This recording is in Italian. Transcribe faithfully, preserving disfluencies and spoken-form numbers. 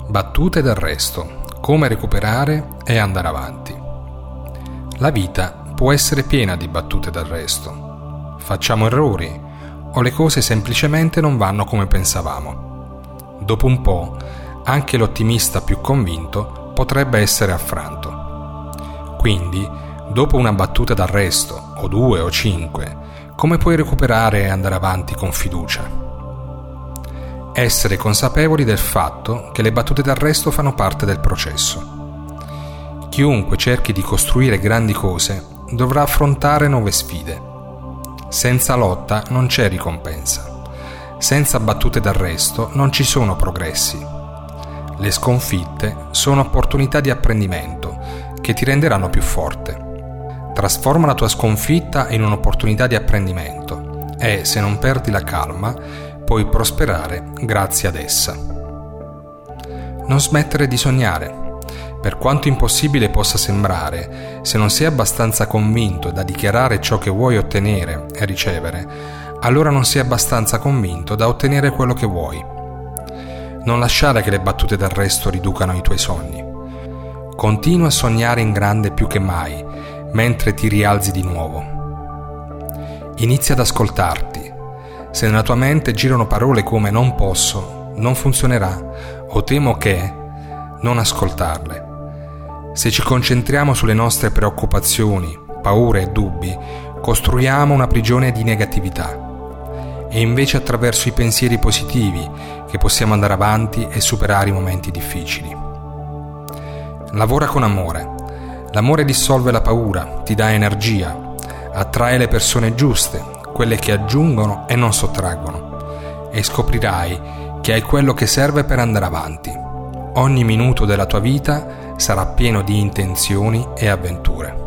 Battute d'arresto. Come recuperare e andare avanti. La vita può essere piena di battute d'arresto. Facciamo errori o le cose semplicemente non vanno come pensavamo. Dopo un po', anche l'ottimista più convinto potrebbe essere affranto. Quindi, dopo una battuta d'arresto, o due o cinque, come puoi recuperare e andare avanti con fiducia? Essere consapevoli del fatto che le battute d'arresto fanno parte del processo. Chiunque cerchi di costruire grandi cose dovrà affrontare nuove sfide. Senza lotta non c'è ricompensa. Senza battute d'arresto non ci sono progressi. Le sconfitte sono opportunità di apprendimento che ti renderanno più forte. Trasforma la tua sconfitta in un'opportunità di apprendimento e, se non perdi la calma, puoi prosperare grazie ad essa. Non smettere di sognare. Per quanto impossibile possa sembrare, se non sei abbastanza convinto da dichiarare ciò che vuoi ottenere e ricevere, allora non sei abbastanza convinto da ottenere quello che vuoi. Non lasciare che le battute d'arresto riducano i tuoi sogni. Continua a sognare in grande più che mai, mentre ti rialzi di nuovo. Inizia ad ascoltarti. Se nella tua mente girano parole come non posso, non funzionerà o temo che, non ascoltarle. Se ci concentriamo sulle nostre preoccupazioni, paure e dubbi, costruiamo una prigione di negatività. È invece attraverso i pensieri positivi che possiamo andare avanti e superare i momenti difficili. Lavora con amore. L'amore dissolve la paura, ti dà energia, attrae le persone giuste, quelle che aggiungono e non sottraggono, e scoprirai che hai quello che serve per andare avanti. Ogni minuto della tua vita sarà pieno di intenzioni e avventure.